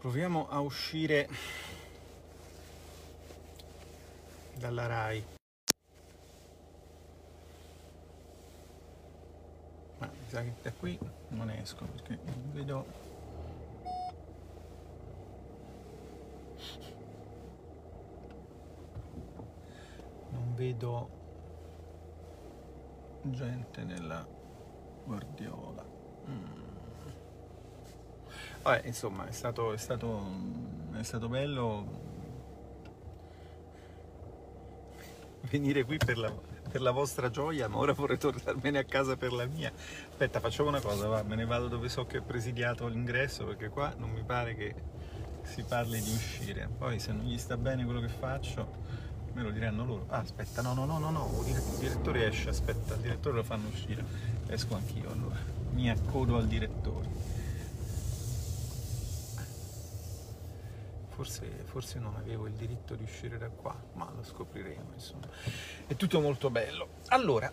Proviamo a uscire dalla Rai. Ma mi sa che da qui non esco perché non vedo. Non vedo gente nella Guardiola. Vabbè, insomma, è stato bello venire qui per la vostra gioia, ma ora vorrei tornarmene a casa per la mia. Aspetta, facciamo una cosa, va, me ne vado dove so che è presidiato l'ingresso, perché qua non mi pare che si parli di uscire. Poi se non gli sta bene quello che faccio, me lo diranno loro. Ah, aspetta, no, il direttore esce, aspetta, il direttore lo fanno uscire. Esco anch'io allora, mi accodo al direttore. Forse non avevo il diritto di uscire da qua, ma lo scopriremo, insomma. È tutto molto bello. Allora,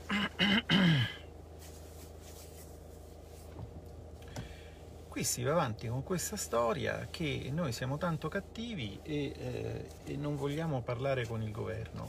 qui si va avanti con questa storia che noi siamo tanto cattivi e non vogliamo parlare con il governo.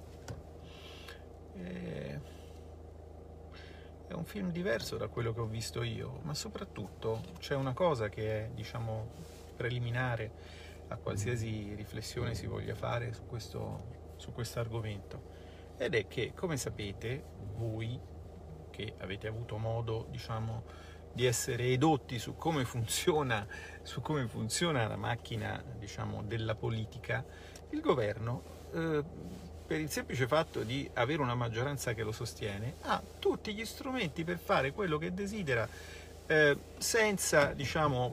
È un film diverso da quello che ho visto io, ma soprattutto c'è una cosa che è, diciamo, preliminare a qualsiasi riflessione si voglia fare su questo argomento, ed è che, come sapete, voi che avete avuto modo, diciamo, di essere edotti su come funziona la macchina, diciamo, della politica, il governo, per il semplice fatto di avere una maggioranza che lo sostiene, ha tutti gli strumenti per fare quello che desidera, senza, diciamo,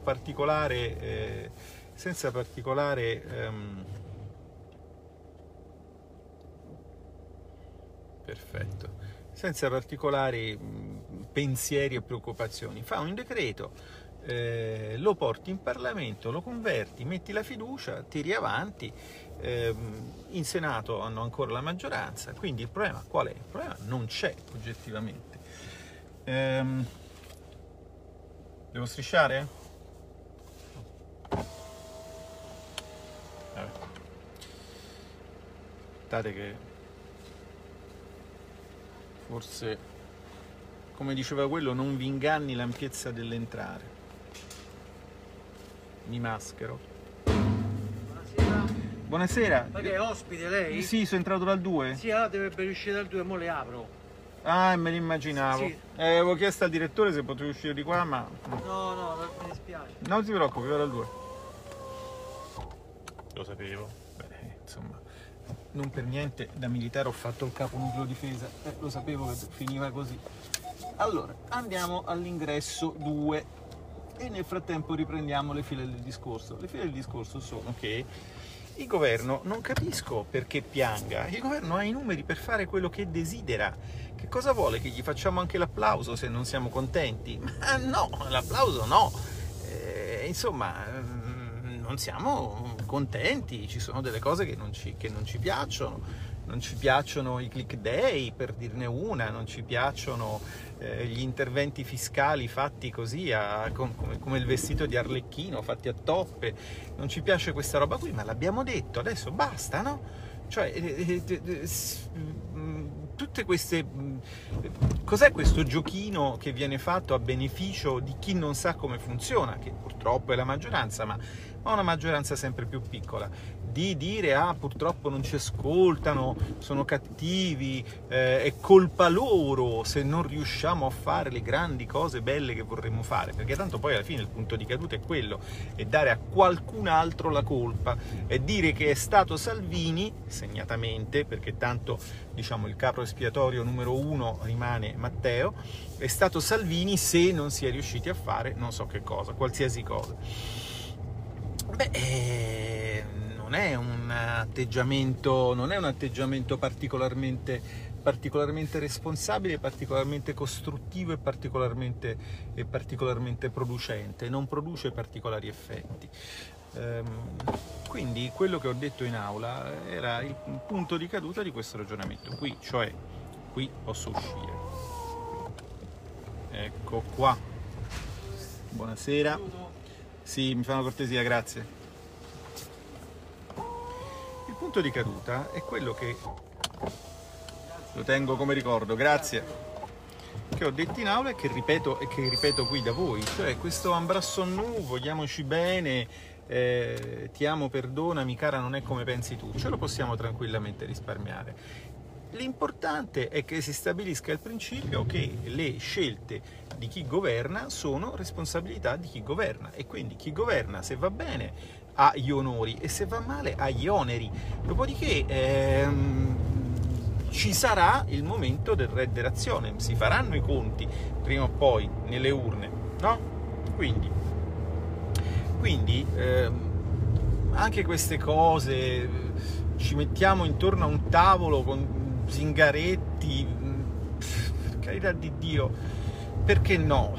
senza particolari pensieri e preoccupazioni. Fa un decreto, lo porti in Parlamento, lo converti, metti la fiducia, tiri avanti. In Senato hanno ancora la maggioranza, quindi il problema qual è? Il problema non c'è oggettivamente. Devo strisciare? Aspettate che forse, come diceva quello, non vi inganni l'ampiezza dell'entrare. Mi maschero. Buonasera. Buonasera. Ma che è ospite lei? Sì, sono entrato dal 2. Sì, allora dovrebbe uscire dal 2, mo le apro. Ah, me l'immaginavo. Sì. Avevo chiesto al direttore se potevo uscire di qua, ma No, mi dispiace. non si preoccupi, vado dal 2. Lo sapevo. Beh, insomma, non per niente da militare ho fatto il capo nucleo difesa, lo sapevo che finiva così. Allora, andiamo all'ingresso 2 e nel frattempo riprendiamo le file del discorso. Le file del discorso sono che il governo, non capisco perché pianga, il governo ha i numeri per fare quello che desidera. Che cosa vuole? Che gli facciamo anche l'applauso se non siamo contenti? Ma no, l'applauso no. Insomma, non siamo contenti, ci sono delle cose che non ci piacciono. Non ci piacciono i click day, per dirne una, non ci piacciono gli interventi fiscali fatti così, come il vestito di Arlecchino, fatti a toppe. Non ci piace questa roba qui, ma l'abbiamo detto, adesso basta, no? Cioè, tutte queste... Cos'è questo giochino che viene fatto a beneficio di chi non sa come funziona, che purtroppo è la maggioranza, ma una maggioranza sempre più piccola, di dire purtroppo non ci ascoltano, sono cattivi, è colpa loro se non riusciamo a fare le grandi cose belle che vorremmo fare, perché tanto poi alla fine il punto di caduta è quello, è dare a qualcun altro la colpa, è dire che è stato Salvini, segnatamente, perché tanto, diciamo, il capro espiatorio numero 1 rimane Matteo, è stato Salvini se non si è riusciti a fare non so che cosa, qualsiasi cosa. Beh, non è un atteggiamento particolarmente responsabile, particolarmente costruttivo e particolarmente producente, non produce particolari effetti. Quindi quello che ho detto in aula era il punto di caduta di questo ragionamento qui, cioè qui posso uscire. Ecco qua. Buonasera. Sì, mi fa una cortesia, grazie. punto di caduta è quello che, lo tengo come ricordo, grazie, che ho detto in aula e che ripeto qui da voi, cioè questo embrassons nous, vogliamoci bene, ti amo, perdonami, cara, non è come pensi tu, ce lo possiamo tranquillamente risparmiare. L'importante è che si stabilisca il principio che le scelte di chi governa sono responsabilità di chi governa, e quindi chi governa, se va bene, ha gli onori, e se va male ha gli oneri. Dopodiché ci sarà il momento del redderazione, si faranno i conti prima o poi nelle urne, no? Quindi anche queste cose, ci mettiamo intorno a un tavolo con zingaretti, per carità di Dio, perché no?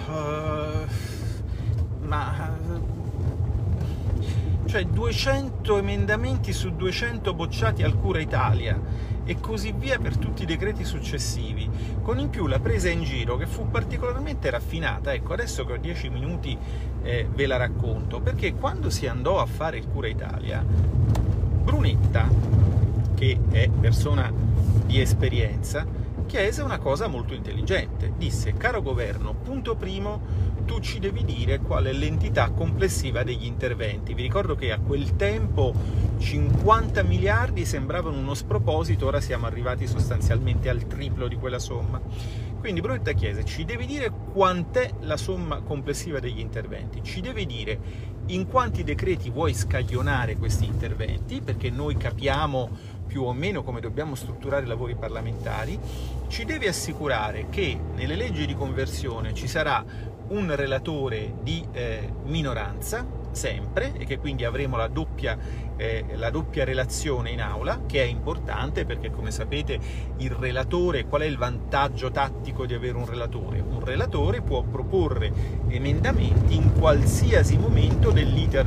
Cioè 200 emendamenti su 200 bocciati al Cura Italia e così via per tutti i decreti successivi, con in più la presa in giro che fu particolarmente raffinata. Ecco, adesso che ho 10 minuti ve la racconto, perché quando si andò a fare il Cura Italia, Brunetta, che è persona di esperienza, chiese una cosa molto intelligente. Disse: caro governo, punto primo, tu ci devi dire qual è l'entità complessiva degli interventi. Vi ricordo che a quel tempo 50 miliardi sembravano uno sproposito, ora siamo arrivati sostanzialmente al triplo di quella somma. Quindi Brunetta chiese: ci devi dire quant'è la somma complessiva degli interventi, ci devi dire in quanti decreti vuoi scaglionare questi interventi, perché noi capiamo più o meno come dobbiamo strutturare i lavori parlamentari, ci devi assicurare che nelle leggi di conversione ci sarà un relatore di minoranza, sempre, e che quindi avremo la doppia relazione in aula, che è importante perché, come sapete, il relatore, qual è il vantaggio tattico di avere un relatore? Un relatore può proporre emendamenti in qualsiasi momento dell'iter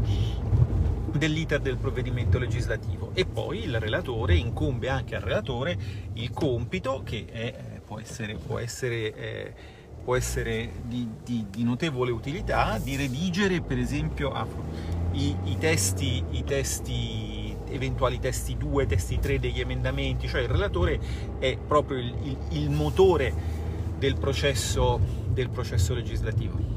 del provvedimento legislativo, e poi il relatore, incombe anche al relatore il compito, che può essere di notevole utilità, di redigere per esempio eventuali testi 2, testi 3 degli emendamenti. Cioè il relatore è proprio il motore del processo legislativo,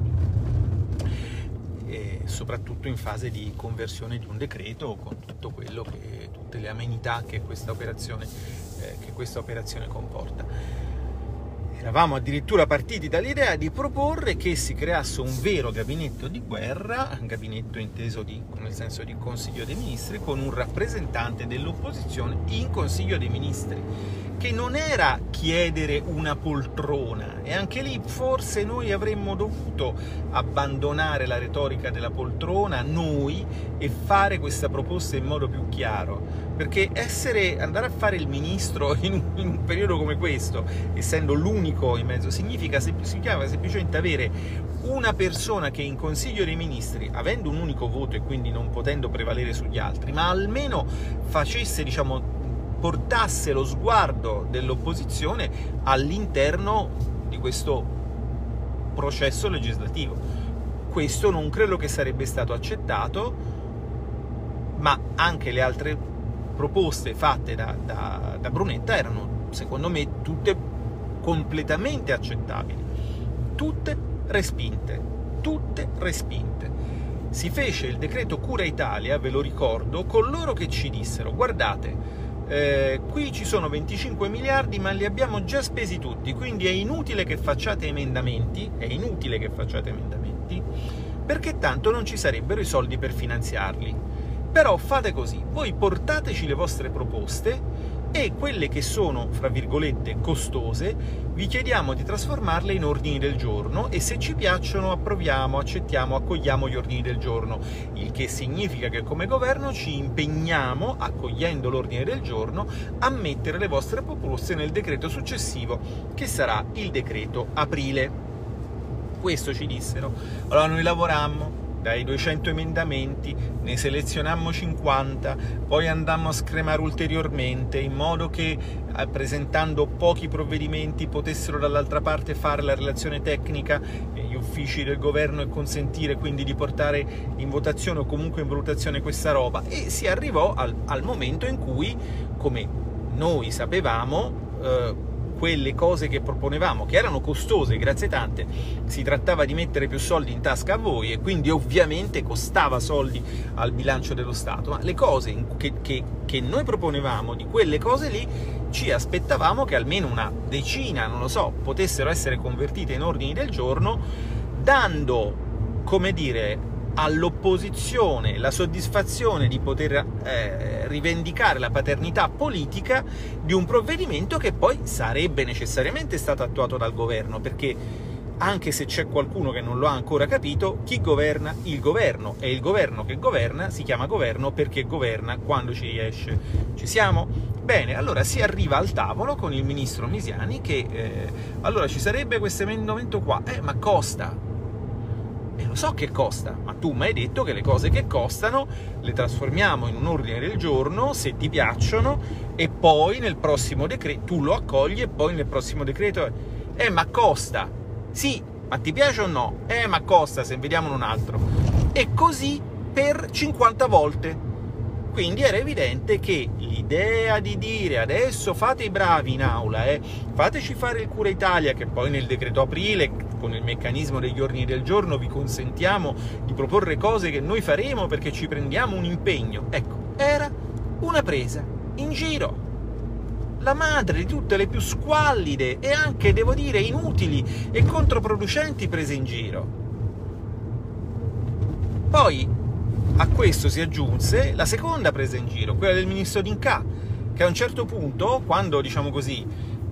soprattutto in fase di conversione di un decreto, con tutte le amenità che questa operazione comporta. Eravamo addirittura partiti dall'idea di proporre che si creasse un vero gabinetto di guerra, un gabinetto inteso nel senso di Consiglio dei Ministri, con un rappresentante dell'opposizione in Consiglio dei Ministri, che non era chiedere una poltrona, e anche lì forse noi avremmo dovuto abbandonare la retorica della poltrona noi e fare questa proposta in modo più chiaro, perché andare a fare il ministro in un periodo come questo, essendo l'unico in mezzo, significa semplicemente avere una persona che in Consiglio dei Ministri, avendo un unico voto e quindi non potendo prevalere sugli altri, ma almeno facesse, portasse lo sguardo dell'opposizione all'interno di questo processo legislativo. Questo non credo che sarebbe stato accettato, ma anche le altre proposte fatte da Brunetta erano, secondo me, tutte completamente accettabili, tutte respinte. Si fece il decreto Cura Italia, ve lo ricordo, con loro che ci dissero: guardate, qui ci sono 25 miliardi ma li abbiamo già spesi tutti, quindi è inutile che facciate emendamenti, perché tanto non ci sarebbero i soldi per finanziarli. Però fate così: voi portateci le vostre proposte, e quelle che sono, fra virgolette, costose, vi chiediamo di trasformarle in ordini del giorno, e se ci piacciono approviamo, accettiamo, accogliamo gli ordini del giorno, il che significa che come governo ci impegniamo, accogliendo l'ordine del giorno, a mettere le vostre proposte nel decreto successivo, che sarà il decreto aprile. Questo ci dissero. Allora noi lavorammo, dai 200 emendamenti ne selezionammo 50, poi andammo a scremare ulteriormente, in modo che presentando pochi provvedimenti potessero dall'altra parte fare la relazione tecnica gli uffici del governo e consentire quindi di portare in votazione o comunque in valutazione questa roba, e si arrivò al momento in cui, come noi sapevamo, quelle cose che proponevamo, che erano costose, grazie tante, si trattava di mettere più soldi in tasca a voi e quindi ovviamente costava soldi al bilancio dello Stato, ma le cose che noi proponevamo, di quelle cose lì, ci aspettavamo che almeno una decina, non lo so, potessero essere convertite in ordini del giorno, dando, come dire, all'opposizione la soddisfazione di poter rivendicare la paternità politica di un provvedimento che poi sarebbe necessariamente stato attuato dal governo, perché anche se c'è qualcuno che non lo ha ancora capito, chi governa? Il governo, e il governo che governa si chiama governo perché governa quando ci riesce. Ci siamo? Bene, allora si arriva al tavolo con il ministro Misiani che allora ci sarebbe questo emendamento qua, ma costa. E lo so che costa, ma tu mi hai detto che le cose che costano le trasformiamo in un ordine del giorno, se ti piacciono, e poi nel prossimo decreto tu lo accogli e poi nel prossimo decreto ma costa. Sì, ma ti piace o no? Ma costa, se vediamo un altro. E così per 50 volte. Quindi era evidente che l'idea di dire adesso fate i bravi in aula, fateci fare il Cura Italia, che poi nel decreto aprile, con il meccanismo degli ordini del giorno, vi consentiamo di proporre cose che noi faremo perché ci prendiamo un impegno. Ecco, era una presa in giro. La madre di tutte le più squallide e anche, devo dire, inutili e controproducenti prese in giro. Poi a questo si aggiunse la seconda presa in giro, quella del ministro D'Incà, che a un certo punto, quando, diciamo così,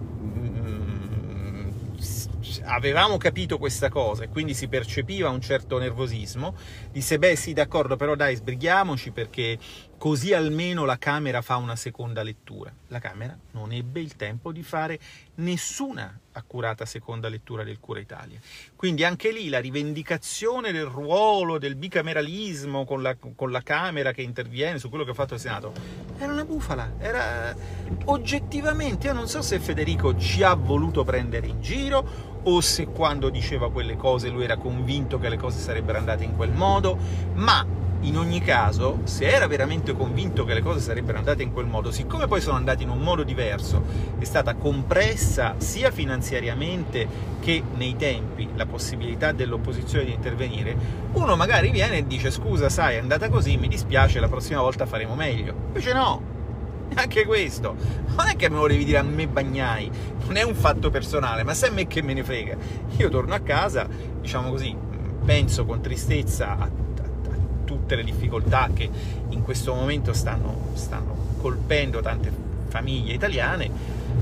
avevamo capito questa cosa e quindi si percepiva un certo nervosismo, disse beh sì, d'accordo, però dai, sbrighiamoci perché così almeno la Camera fa una seconda lettura. La Camera non ebbe il tempo di fare nessuna accurata seconda lettura del Cura Italia. Quindi anche lì la rivendicazione del ruolo del bicameralismo con la Camera che interviene su quello che ha fatto il Senato era una bufala, era oggettivamente, io non so se Federico ci ha voluto prendere in giro o se quando diceva quelle cose lui era convinto che le cose sarebbero andate in quel modo, ma in ogni caso, se era veramente convinto che le cose sarebbero andate in quel modo, siccome poi sono andate in un modo diverso, è stata compressa sia finanziariamente che nei tempi la possibilità dell'opposizione di intervenire, uno magari viene e dice scusa, sai, è andata così, mi dispiace, la prossima volta faremo meglio. Invece no, anche questo, non è che me lo devi dire a me Bagnai, non è un fatto personale, ma sai a me che me ne frega. Io torno a casa, diciamo così, penso con tristezza a tutte le difficoltà che in questo momento stanno colpendo tante famiglie italiane,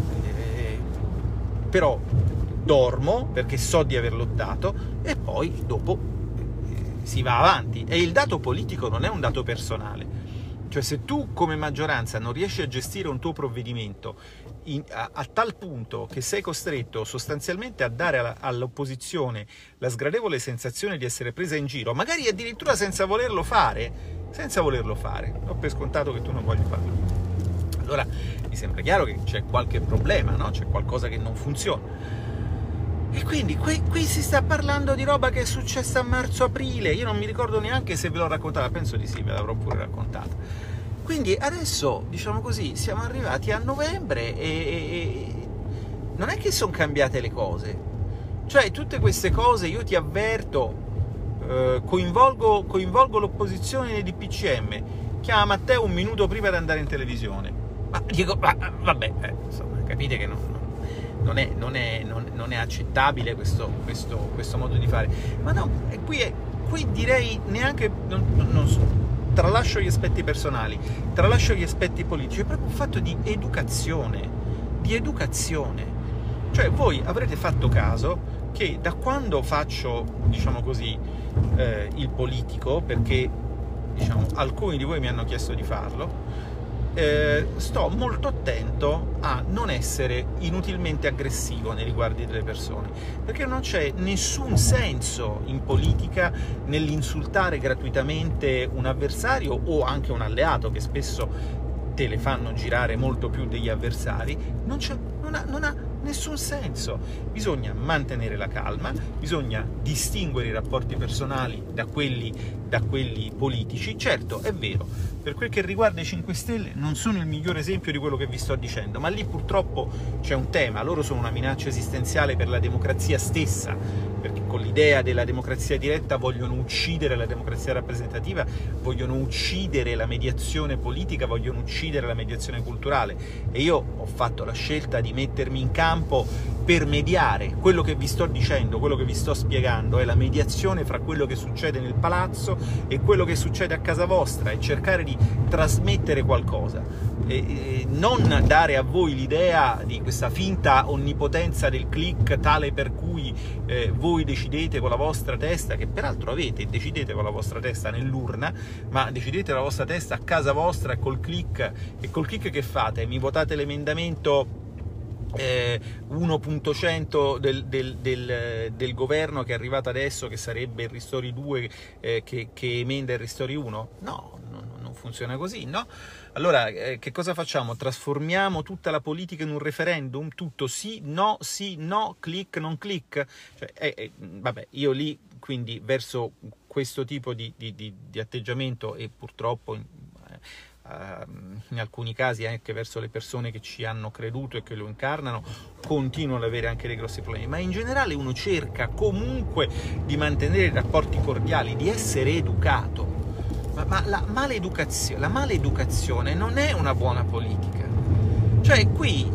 però dormo perché so di aver lottato e poi dopo si va avanti. E il dato politico non è un dato personale, cioè se tu come maggioranza non riesci a gestire un tuo provvedimento a tal punto che sei costretto sostanzialmente a dare all'opposizione la sgradevole sensazione di essere presa in giro, magari addirittura senza volerlo fare, ho per scontato che tu non voglia farlo. Allora mi sembra chiaro che c'è qualche problema, no? C'è qualcosa che non funziona. E quindi qui si sta parlando di roba che è successa a marzo-aprile, io non mi ricordo neanche se ve l'ho raccontata, penso di sì, ve l'avrò pure raccontata. Quindi adesso, diciamo così, siamo arrivati a novembre e non è che sono cambiate le cose. Cioè, tutte queste cose, io ti avverto, coinvolgo l'opposizione nei DPCM, chiama Matteo un minuto prima di andare in televisione. Ma dico, vabbè, insomma, capite che non è accettabile questo modo di fare. Ma no, qui direi neanche, non so, tralascio gli aspetti personali, tralascio gli aspetti politici, è proprio un fatto di educazione, Cioè voi avrete fatto caso che da quando faccio, diciamo così, il politico, perché diciamo alcuni di voi mi hanno chiesto di farlo, sto molto attento a non essere inutilmente aggressivo nei riguardi delle persone, perché non c'è nessun senso in politica nell'insultare gratuitamente un avversario o anche un alleato, che spesso te le fanno girare molto più degli avversari. Non ha nessun senso. Bisogna mantenere la calma, bisogna distinguere i rapporti personali da quelli politici. Certo, è vero, per quel che riguarda i 5 Stelle non sono il migliore esempio di quello che vi sto dicendo, ma lì purtroppo c'è un tema: loro sono una minaccia esistenziale per la democrazia stessa, perché con l'idea della democrazia diretta vogliono uccidere la democrazia rappresentativa, vogliono uccidere la mediazione politica, vogliono uccidere la mediazione culturale, e io ho fatto la scelta di mettermi in campo per mediare. Quello che vi sto dicendo, quello che vi sto spiegando è la mediazione fra quello che succede nel palazzo e quello che succede a casa vostra, e cercare di trasmettere qualcosa, e non dare a voi l'idea di questa finta onnipotenza del click, tale per cui voi decidete con la vostra testa, che peraltro avete, decidete con la vostra testa nell'urna, ma decidete la vostra testa a casa vostra e col click che fate? Mi votate l'emendamento 1.100 del governo che è arrivato adesso, che sarebbe il Ristori 2 che emenda il Ristori 1? No, non funziona così, no? Allora che cosa facciamo? Trasformiamo tutta la politica in un referendum? Tutto sì, no, click, non click? Cioè, vabbè, io lì quindi verso questo tipo di atteggiamento, e purtroppo in alcuni casi anche verso le persone che ci hanno creduto e che lo incarnano, continuano ad avere anche dei grossi problemi. Ma in generale uno cerca comunque di mantenere rapporti cordiali, di essere educato, ma la maleducazione non è una buona politica. Cioè qui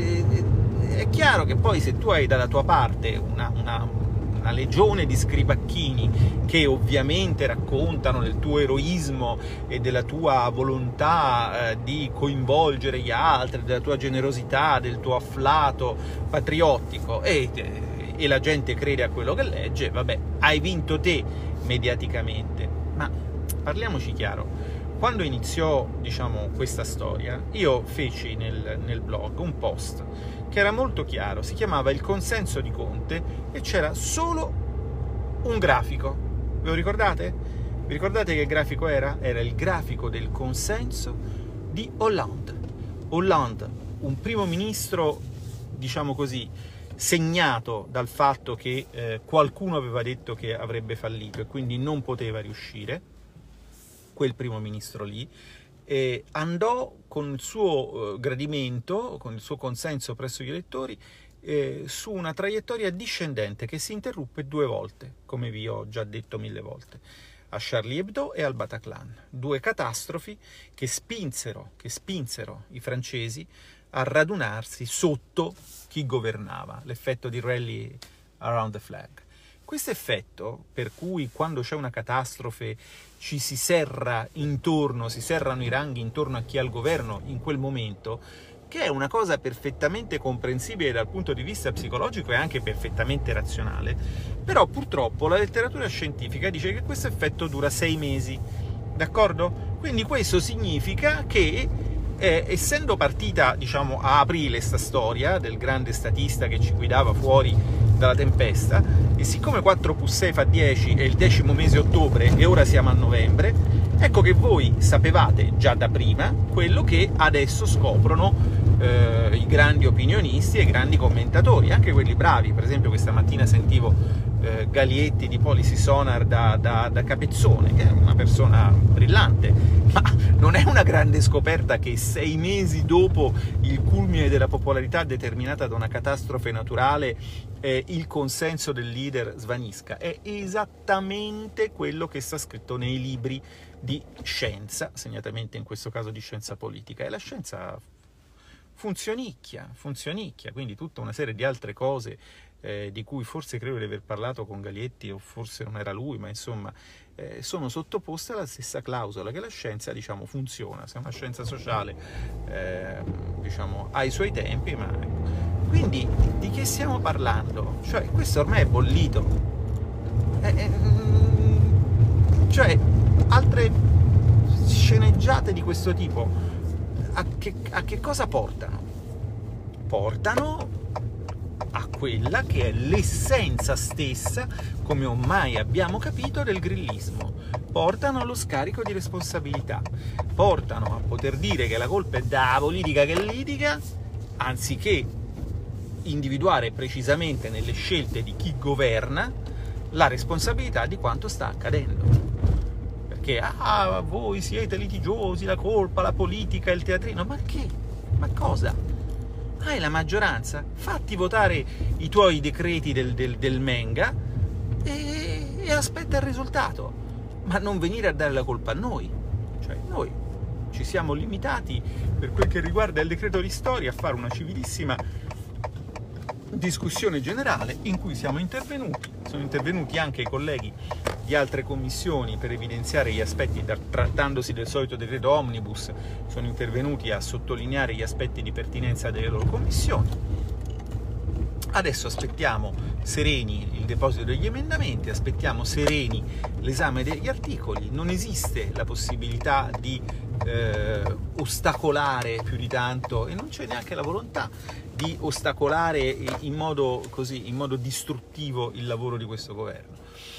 è chiaro che poi se tu hai dalla tua parte una legione di scribacchini che ovviamente raccontano del tuo eroismo e della tua volontà di coinvolgere gli altri, della tua generosità, del tuo afflato patriottico, e la gente crede a quello che legge, vabbè, hai vinto te mediaticamente. Ma parliamoci chiaro. Quando iniziò, diciamo, questa storia, io feci nel blog un post che era molto chiaro, si chiamava Il consenso di Conte, e c'era solo un grafico. Ve lo ricordate? Vi ricordate che grafico era? Era il grafico del consenso di Hollande. Hollande, un primo ministro, diciamo così, segnato dal fatto che qualcuno aveva detto che avrebbe fallito e quindi non poteva riuscire, quel primo ministro lì, andò con il suo gradimento, con il suo consenso presso gli elettori, su una traiettoria discendente che si interruppe 2 volte, come vi ho già detto 1000 volte, a Charlie Hebdo e al Bataclan, 2 catastrofi che spinsero i francesi a radunarsi sotto chi governava, l'effetto di rally around the flag. Questo effetto, per cui quando c'è una catastrofe ci si serrano i ranghi intorno a chi ha il governo in quel momento, che è una cosa perfettamente comprensibile dal punto di vista psicologico e anche perfettamente razionale, però purtroppo la letteratura scientifica dice che questo effetto dura 6 mesi, d'accordo? Quindi questo significa che essendo partita, diciamo, a aprile sta storia del grande statista che ci guidava fuori dalla tempesta, e siccome 4 + 6 fa 10 è il 10° mese ottobre e ora siamo a novembre, ecco che voi sapevate già da prima quello che adesso scoprono i grandi opinionisti e i grandi commentatori, anche quelli bravi. Per esempio questa mattina sentivo Galietti di Policy Sonar da Capezzone, che è una persona brillante, ma non è una grande scoperta che 6 mesi dopo il culmine della popolarità determinata da una catastrofe naturale il consenso del leader svanisca. È esattamente quello che sta scritto nei libri di scienza, segnatamente in questo caso di scienza politica, e la scienza funzionicchia, quindi tutta una serie di altre cose di cui forse credo di aver parlato con Galietti, o forse non era lui, ma insomma sono sottoposte alla stessa clausola, che la scienza, diciamo, funziona, se è una scienza sociale diciamo ha i suoi tempi, ma ecco. Quindi di che stiamo parlando? Cioè questo ormai è bollito, cioè altre sceneggiate di questo tipo a che cosa portano? Portano a quella che è l'essenza stessa, come ormai abbiamo capito, del grillismo. Portano allo scarico di responsabilità, portano a poter dire che la colpa è della politica che litiga, anziché individuare precisamente nelle scelte di chi governa la responsabilità di quanto sta accadendo. Perché voi siete litigiosi, la colpa, la politica, il teatrino, ma che? Ma cosa? Hai la maggioranza, fatti votare i tuoi decreti del Menga e aspetta il risultato, ma non venire a dare la colpa a noi. Cioè, noi ci siamo limitati, per quel che riguarda il decreto ristori, a fare una civilissima discussione generale in cui siamo intervenuti anche i colleghi di altre commissioni per evidenziare gli aspetti, trattandosi del solito decreto omnibus, sono intervenuti a sottolineare gli aspetti di pertinenza delle loro commissioni. Adesso aspettiamo sereni il deposito degli emendamenti, aspettiamo sereni l'esame degli articoli. Non esiste la possibilità di ostacolare più di tanto, e non c'è neanche la volontà di ostacolare in modo distruttivo il lavoro di questo governo.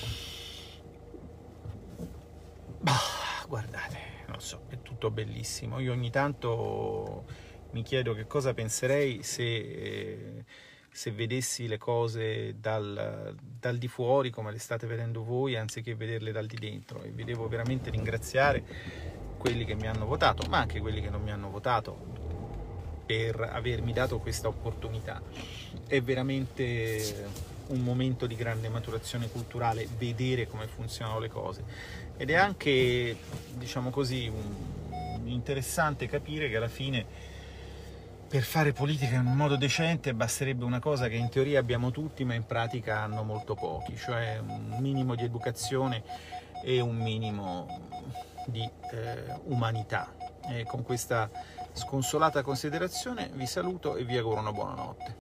Guardate, non so, è tutto bellissimo. Io ogni tanto mi chiedo che cosa penserei se vedessi le cose dal di fuori come le state vedendo voi, anziché vederle dal di dentro. E vi devo veramente ringraziare quelli che mi hanno votato, ma anche quelli che non mi hanno votato, per avermi dato questa opportunità. È veramente un momento di grande maturazione culturale vedere come funzionano le cose, ed è anche, diciamo così, interessante capire che alla fine per fare politica in un modo decente basterebbe una cosa che in teoria abbiamo tutti ma in pratica hanno molto pochi, cioè un minimo di educazione e un minimo di umanità. E con questa sconsolata considerazione vi saluto e vi auguro una buona notte.